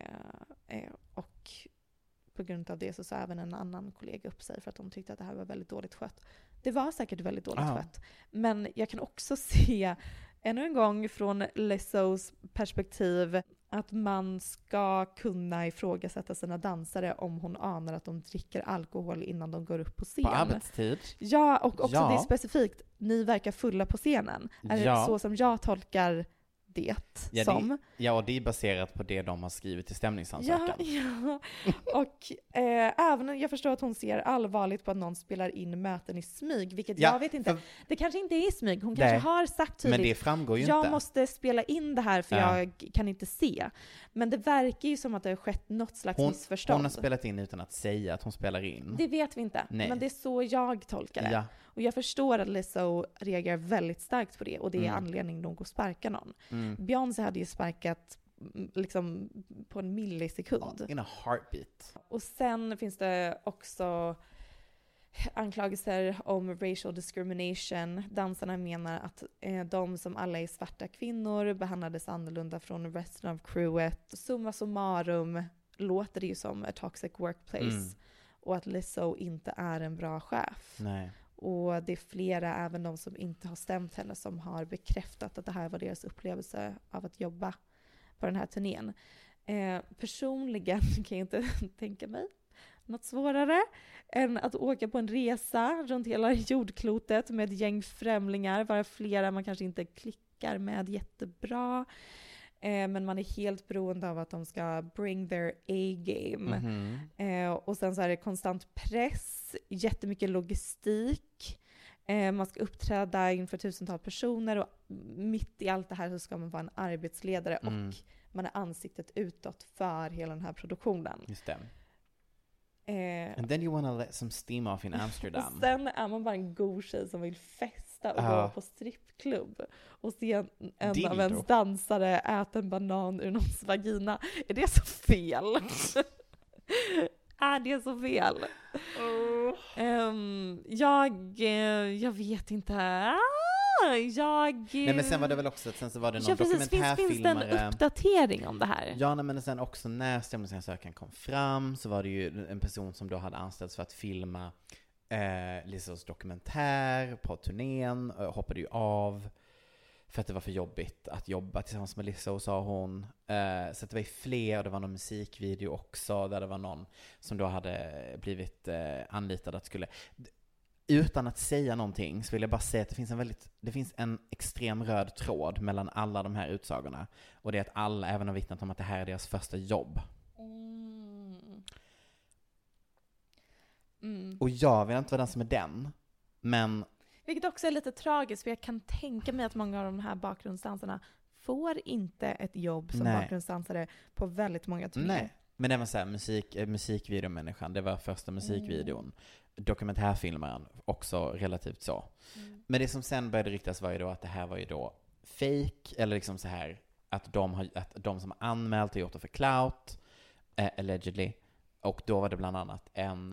S8: och på grund av det så sa även en annan kollega upp sig för att de tyckte att det här var väldigt dåligt skött. Det var säkert väldigt dåligt skött, men jag kan också se ännu en gång från Lizzos perspektiv att man ska kunna ifrågasätta sina dansare om hon anar att de dricker alkohol innan de går upp på scen.
S7: På arbetstid?
S8: Ja, och också det specifikt, ni verkar fulla på scenen. Är det så som jag tolkar det som?
S7: Och det är baserat på det de har skrivit i stämningsansökan.
S8: Ja. Och även jag förstår att hon ser allvarligt på att någon spelar in möten i smyg, vilket jag vet inte. Det kanske inte är i smyg. Hon kanske har sagt tydligt.
S7: Men det framgår ju inte.
S8: Jag måste spela in det här för jag kan inte se. Men det verkar ju som att det har skett något slags missförstånd.
S7: Hon har spelat in utan att säga att hon spelar in.
S8: Det vet vi inte. Men det är så jag tolkar det. Ja. Och jag förstår att Lizzo reagerar väldigt starkt på det. Och det är anledning nog att sparka någon. Beyoncé hade ju sparkat liksom på en millisekund.
S7: In a heartbeat.
S8: Och sen finns det också anklagelser om racial discrimination. Dansarna menar att de som alla är svarta kvinnor behandlades annorlunda från resten av crewet. Summa summarum låter det ju som a toxic workplace. Och att Lizzo inte är en bra chef.
S7: Nej.
S8: Och det är flera, även de som inte har stämt henne, som har bekräftat att det här var deras upplevelse av att jobba på den här turnén. Personligen kan jag inte tänka mig något svårare än att åka på en resa runt hela jordklotet med ett gäng främlingar, vara flera man kanske inte klickar med jättebra. Men man är helt beroende av att de ska bring their A-game. Och sen så är det konstant press, jättemycket logistik. Man ska uppträda inför tusentals personer och mitt i allt det här så ska man vara en arbetsledare och man är ansiktet utåt för hela den här produktionen.
S7: Just det. And then you wanna let some steam off in Amsterdam.
S8: Och sen är man bara en god tjej som vill festa och gå på strippklubb och se en av ens dansare äta en banan ur någons vagina. Är det så fel? Är det så fel? Jag vet inte. Nej,
S7: men sen var det väl också, sen så var det någon dokumentärfilmare.
S8: Finns det en uppdatering om det här?
S7: Ja, men sen också när stämningsansökan kom fram så var det ju en person som då hade anställts för att filma Lizzos dokumentär på turnén, hoppade ju av för att det var för jobbigt att jobba tillsammans med Lizzo, sa hon. Så det var ju fler, och det var någon musikvideo också där det var någon som då hade blivit anlitad att skulle... Utan att säga någonting så vill jag bara säga att det finns en extrem röd tråd mellan alla de här utsagorna. Och det är att alla även har vittnat om att det här är deras första jobb. Och jag vet inte vad den som är den, men...
S8: Vilket också är lite tragiskt, för jag kan tänka mig att många av de här bakgrundsdansarna får inte ett jobb som bakgrundsdansare på väldigt många turnéer.
S7: Nej, men det var så här, musikvideomänniskan, det var första musikvideon. Dokumentärfilmaren också relativt så. Men det som sen började ryktas var ju då att det här var ju då fake, eller liksom så här att de som har anmält och gjort det för clout, allegedly. Och då var det bland annat en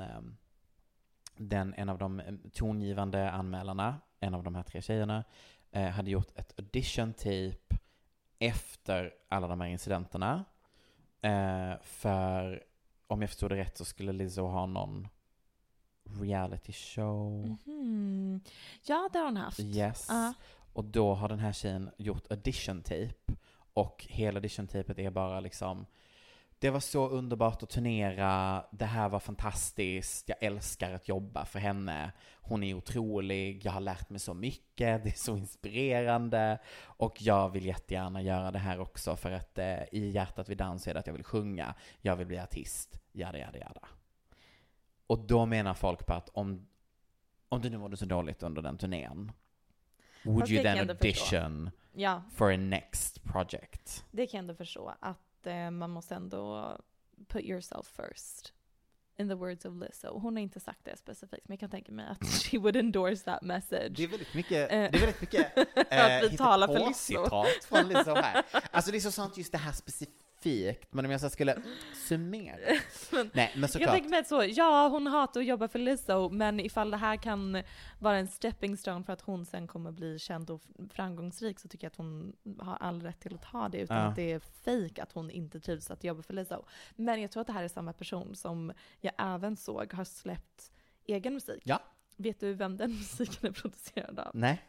S7: av de tongivande anmälarna, en av de här 3 tjejerna, hade gjort ett audition tape efter alla de här incidenterna. För om jag förstod det rätt så skulle Lizzo ha någon reality show.
S8: Ja, det har hon haft.
S7: Yes. Och då har den här tjejen gjort audition tape. Och hela audition tapet är bara liksom, det var så underbart att turnera, det här var fantastiskt, jag älskar att jobba för henne, hon är otrolig, jag har lärt mig så mycket, det är så inspirerande och jag vill jättegärna göra det här också för att i hjärtat vid dans är det att jag vill sjunga, jag vill bli artist, jada. Och då menar folk på att om du nu mådde så dåligt under den turnén, would you then audition for a next project?
S8: Det kan jag ändå förstå, att man måste ändå put yourself first. In the words of Lizzo. Hon har inte sagt det specifikt, men jag kan tänka mig att she would endorse that message.
S7: Det är väldigt mycket
S8: att vi talar för Lizzo.
S7: Citat från Lizzo här. Alltså det är så sant just det här specifikt, men om jag så skulle summera. Nej, men såklart.
S8: Jag tänker mig så, ja, hon hatar att jobba för Lizzo, men ifall det här kan vara en stepping stone för att hon sen kommer bli känd och framgångsrik, så tycker jag att hon har all rätt till att ha det, utan att det är fake att hon inte trivs att jobba för Lizzo. Men jag tror att det här är samma person som jag även såg har släppt egen musik.
S7: Ja.
S8: Vet du vem den musiken är producerad av?
S7: Nej.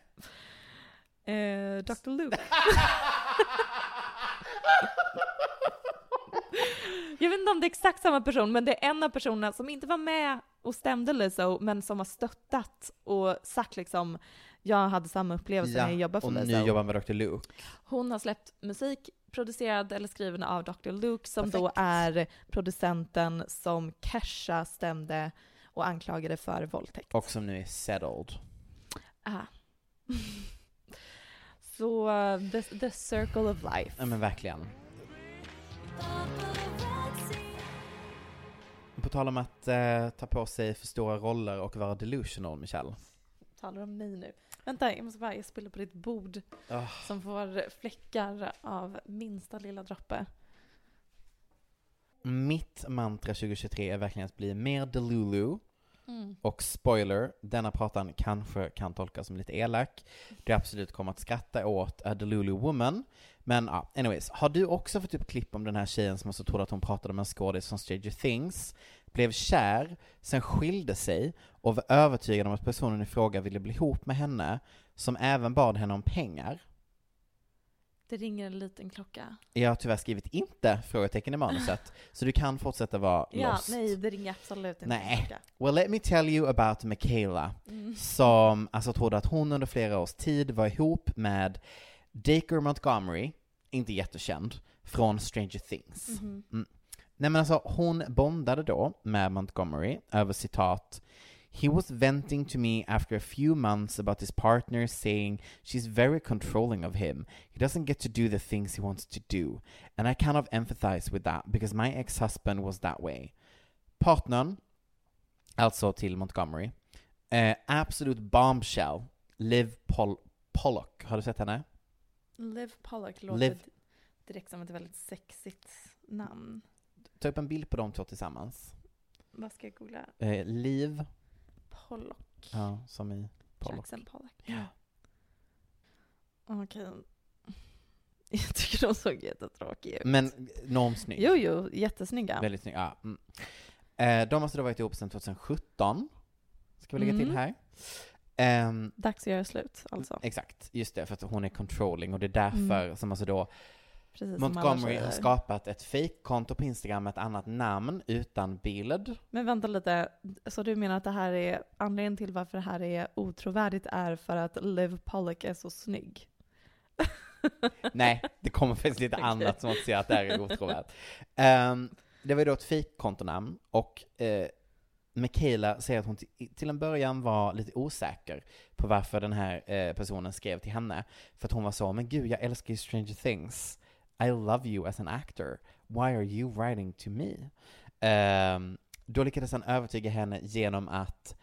S8: Dr. Luke. Jag vet inte om det är exakt samma person, men det är en av personerna som inte var med och stämde Lizzo, men som har stöttat och sagt liksom, jag hade samma upplevelse när jag jobbade för Lizzo.
S7: Och nu jobbar med Dr. Luke.
S8: Hon har släppt musik producerad eller skriven av Dr. Luke, som då är producenten som Kesha stämde och anklagade för våldtäkt.
S7: Och som nu är settled.
S8: Så the circle of life.
S7: Ja, men verkligen. På tal om att ta på sig för stora roller och vara delusional, Michelle.
S8: Talar om mig nu. Vänta, jag spiller på ditt bord som får fläckar av minsta lilla droppe.
S7: Mitt mantra 2023 är verkligen att bli mer delulu. Och spoiler, denna pratan kanske kan tolkas som lite elak. Du absolut kommer att skratta åt a delulu woman. Men anyways, har du också fått upp klipp om den här tjejen som så trodde att hon pratade om en skådis från Stranger Things, blev kär, sen skilde sig och var övertygad om att personen i fråga ville bli ihop med henne, som även bad henne om pengar?
S8: Det ringer en liten klocka.
S7: Jag har tyvärr skrivit inte frågetecken i manuset, så du kan fortsätta vara lost.
S8: Nej, det ringer absolut inte en klocka.
S7: Well, let me tell you about Michaela, som alltså trodde att hon under flera års tid var ihop med Dacre Montgomery, inte jättekänd, från Stranger Things. Nej, men alltså hon bondade då med Montgomery över citat: "He was venting to me after a few months about his partner, saying she's very controlling of him. He doesn't get to do the things he wants to do. And I kind of empathize with that because my ex-husband was that way." Partnern, alltså till Montgomery, absolut bombshell, Liv Pollock. Har du sett henne?
S8: Liv Pollock låter direkt som ett väldigt sexigt namn.
S7: Ta upp en bild på de två tillsammans.
S8: Vad ska jag googla?
S7: Liv
S8: Pollock.
S7: Ja, som i Pollock.
S8: Jackson Pollock. Ja. Okej. Jag tycker de såg jättetråkiga ut.
S7: Men enormt snygg.
S8: Jo, jättesnygga.
S7: Väldigt snygg, ja. De måste då varit ihop sedan 2017. Ska vi lägga till här.
S8: Dags att göra slut, alltså.
S7: Exakt, just det, för att hon är controlling och det är därför som alltså då
S8: precis,
S7: Montgomery har skapat ett fake-konto på Instagram med ett annat namn utan bild.
S8: Men vänta lite, så du menar att det här är anledningen till varför det här är otrovärdigt är för att Liv Pollock är så snygg?
S7: Nej, det kommer faktiskt lite annat som också säger att det här är otrovärdigt. Det var då ett fake-kontonamn och Michaela säger att hon till en början var lite osäker på varför den här personen skrev till henne. För att hon var så, men gud, jag älskar ju Stranger Things. I love you as an actor. Why are you writing to me? Då lyckades han övertyga henne genom att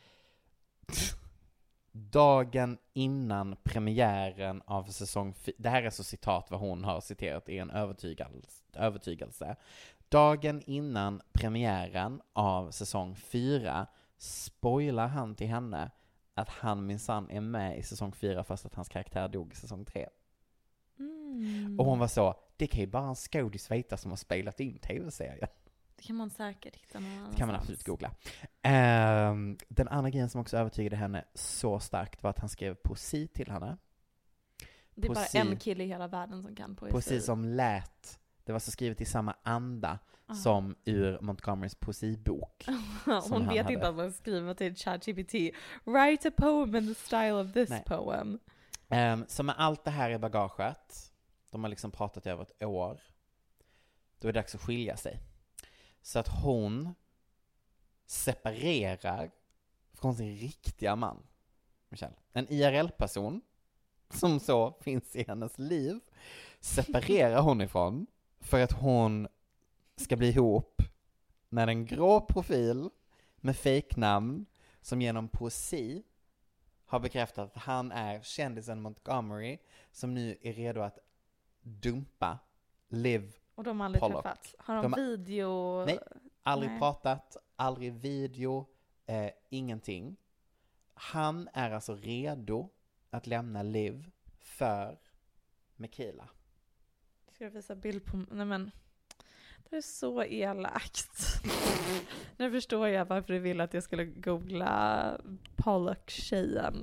S7: dagen innan premiären av säsong 4, det här är så citat vad hon har citerat i en övertygelse. Dagen innan premiären av säsong 4 spoilar han till henne att han minsann är med i säsong 4 fast att hans karaktär dog i säsong 3. Och hon var så, det kan ju bara en skådis veta som har spelat in tv-serien.
S8: Det kan man säkert hitta någon annanstans.
S7: Det kan man absolut googla. Den andra grejen som också övertygade henne så starkt var att han skrev poesi till henne.
S8: Det är poesi, bara en kille i hela världen som kan poesi.
S7: Poesi som lät, det var så skrivet i samma anda som ur Montgomerys poesibok.
S8: Hon vet inte att man skriver till ChatGPT. Write a poem in the style of this poem.
S7: Så med allt det här i bagaget, de har liksom pratat över ett år, då är det dags att skilja sig. Så att hon separerar från sin riktiga man, Michelle. En IRL-person som så finns i hennes liv separerar hon ifrån för att hon ska bli ihop med en grå profil med fejknamn som genom poesi har bekräftat att han är kändisen Montgomery som nu är redo att dumpa Liv.
S8: Och de har aldrig träffats. Har de video?
S7: Nej, aldrig pratat, aldrig video, ingenting. Han är alltså redo att lämna Liv för Michaela.
S8: Ska jag visa bild på... Nej men, det är så elakt. Nu förstår jag varför du ville att jag skulle googla Pollock-tjejen.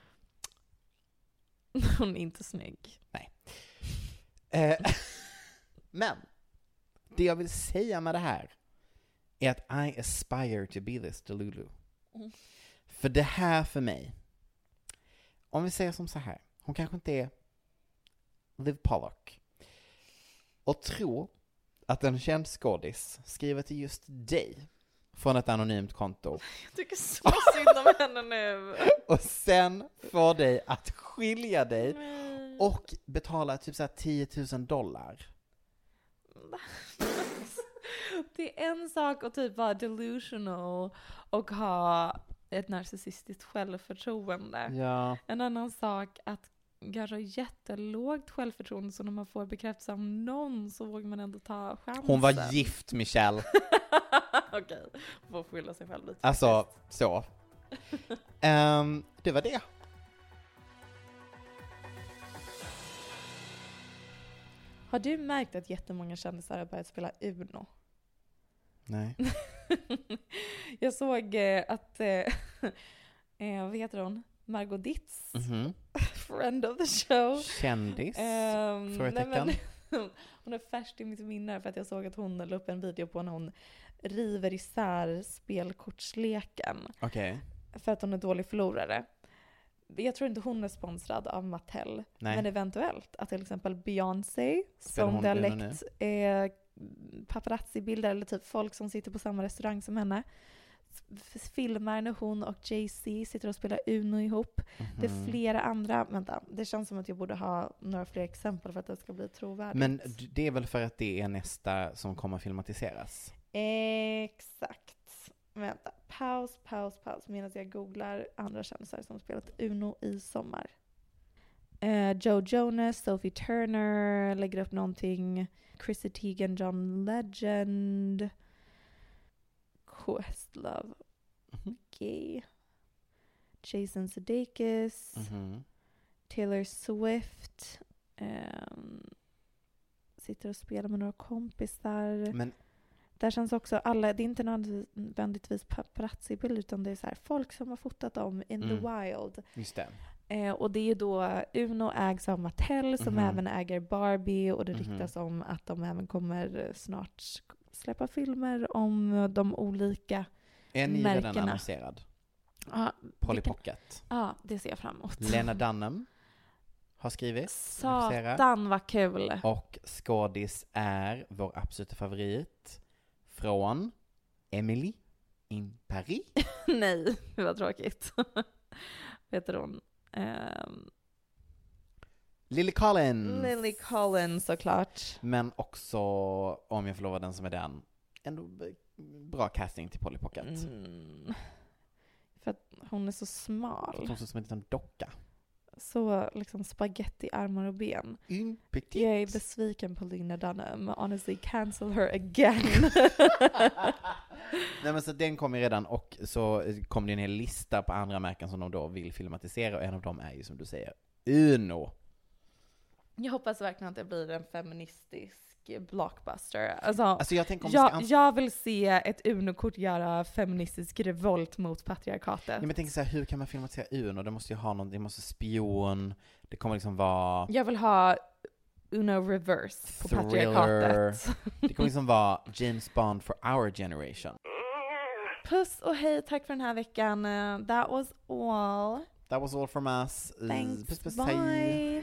S8: Hon är inte snygg.
S7: Nej. Men det jag vill säga med det här är att I aspire to be this Delulu. För det här för mig, om vi säger som så här, hon kanske inte är Liv Pollock och tro att en känd skådis skriver till just dig från ett anonymt konto.
S8: Jag tycker så synd om henne nu.
S7: Och sen får dig att skilja dig och betala typ så här $10,000.
S8: Det är en sak att typ vara delusional och ha ett narcissistiskt självförtroende.
S7: Ja.
S8: En annan sak att kanske ha jättelågt självförtroende, så när man får bekräftelse av någon så vågar man ändå ta chansen.
S7: Hon var gift, Michelle.
S8: Okej, hon får skylla sig själv lite.
S7: Alltså, så. Det var det.
S8: Har du märkt att jättemånga kändisar har börjat spela Uno?
S7: Nej.
S8: Jag såg att, vad heter hon? Margot Ditz, friend of the show.
S7: Kändis,
S8: frågetecken. Hon är färst i mitt minne för att jag såg att hon la upp en video på när hon river isär spelkortsleken.
S7: Okej.
S8: För att hon är dålig förlorare. Jag tror inte hon är sponsrad av Mattel.
S7: Nej.
S8: Men eventuellt att till exempel Beyoncé som det har läckt paparazzi-bilder eller typ folk som sitter på samma restaurang som henne filmar när hon och Jay-Z sitter och spelar Uno ihop. Det är flera andra. Vänta, det känns som att jag borde ha några fler exempel för att det ska bli trovärdigt.
S7: Men det är väl för att det är nästa som kommer filmatiseras?
S8: Exakt. Vänta, paus medan jag googlar andra kändisar som spelat Uno i sommar. Joe Jonas, Sophie Turner lägger upp någonting. Chrissy Teigen, John Legend, Questlove, Gay, Jason Sudeikis, Taylor Swift, sitter och spelar med några kompisar. Men där känns också alla, det är inte nödvändigtvis paparazzi-bild utan det är så här folk som har fotat dem in the wild.
S7: Just det.
S8: Och det är då Uno ägs av Mattel som även äger Barbie, och det ryktas om att de även kommer snart släppa filmer om de olika märkena. Är ni redan
S7: annonserad? Polly Pocket.
S8: Ja, det ser jag fram emot.
S7: Lena Dunham har skrivit.
S8: Satan vad kul.
S7: Och skådis är vår absoluta favorit från Emily in Paris.
S8: Nej, det var tråkigt. Vet du hon?
S7: Lily Collins.
S8: Lily Collins såklart.
S7: Men också, om jag förlovar den som är den, ändå bra casting till Polly Pocket.
S8: För att hon är så smal.
S7: Hon är som en liten docka.
S8: Så liksom spaghetti, armar och ben. Jag är besviken på Lena Dunham. Honestly, cancel her again.
S7: Nej, men så den kommer redan, och så kommer det en hel lista på andra märken som de då vill filmatisera, och en av dem är ju som du säger Uno.
S8: Jag hoppas verkligen att det blir en feministisk blockbuster. Alltså
S7: jag tänker
S8: jag vill se ett Uno-kort göra feministisk revolt mot patriarkatet.
S7: Ja, men tänk så här, hur kan man filmatisera Uno? Det måste ju ha någon, det måste spion. Det kommer liksom vara...
S8: Jag vill ha Uno reverse på patriarkatet.
S7: Det kommer liksom vara James Bond for our generation.
S8: Puss och hej, tack för den här veckan. That was all
S7: from us.
S8: Thanks,
S7: puss, puss,
S8: bye.
S7: Hej.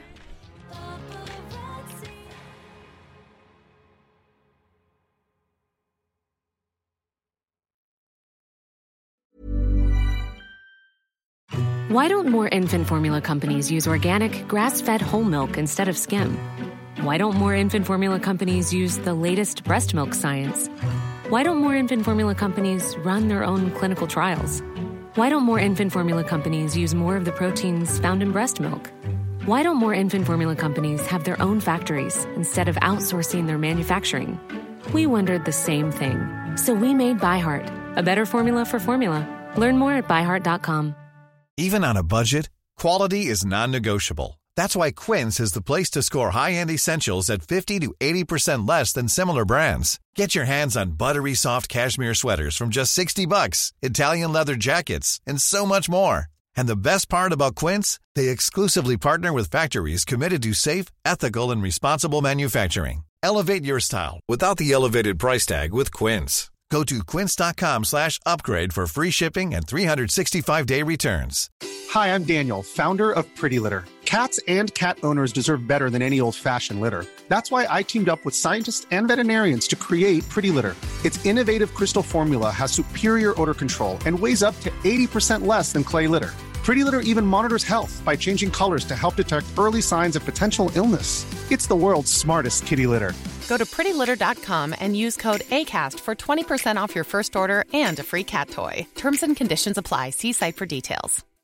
S11: Why don't more infant formula companies use organic, grass-fed whole milk instead of skim? Why don't more infant formula companies use the latest breast milk science? Why don't more infant formula companies run their own clinical trials? Why don't more infant formula companies use more of the proteins found in breast milk? Why don't more infant formula companies have their own factories instead of outsourcing their manufacturing? We wondered the same thing. So we made ByHeart, a better formula for formula. Learn more at byheart.com.
S12: Even on a budget, quality is non-negotiable. That's why Quince is the place to score high-end essentials at 50 to 80% less than similar brands. Get your hands on buttery soft cashmere sweaters from just $60, Italian leather jackets, and so much more. And the best part about Quince, they exclusively partner with factories committed to safe, ethical, and responsible manufacturing. Elevate your style without the elevated price tag with Quince. Go to quince.com/upgrade for free shipping and 365-day returns.
S13: Hi, I'm Daniel, founder of Pretty Litter. Cats and cat owners deserve better than any old-fashioned litter. That's why I teamed up with scientists and veterinarians to create Pretty Litter. Its innovative crystal formula has superior odor control and weighs up to 80% less than clay litter. Pretty Litter even monitors health by changing colors to help detect early signs of potential illness. It's the world's smartest kitty litter.
S5: Go to prettylitter.com and use code ACAST for 20% off your first order and a free cat toy. Terms and conditions apply. See site for details.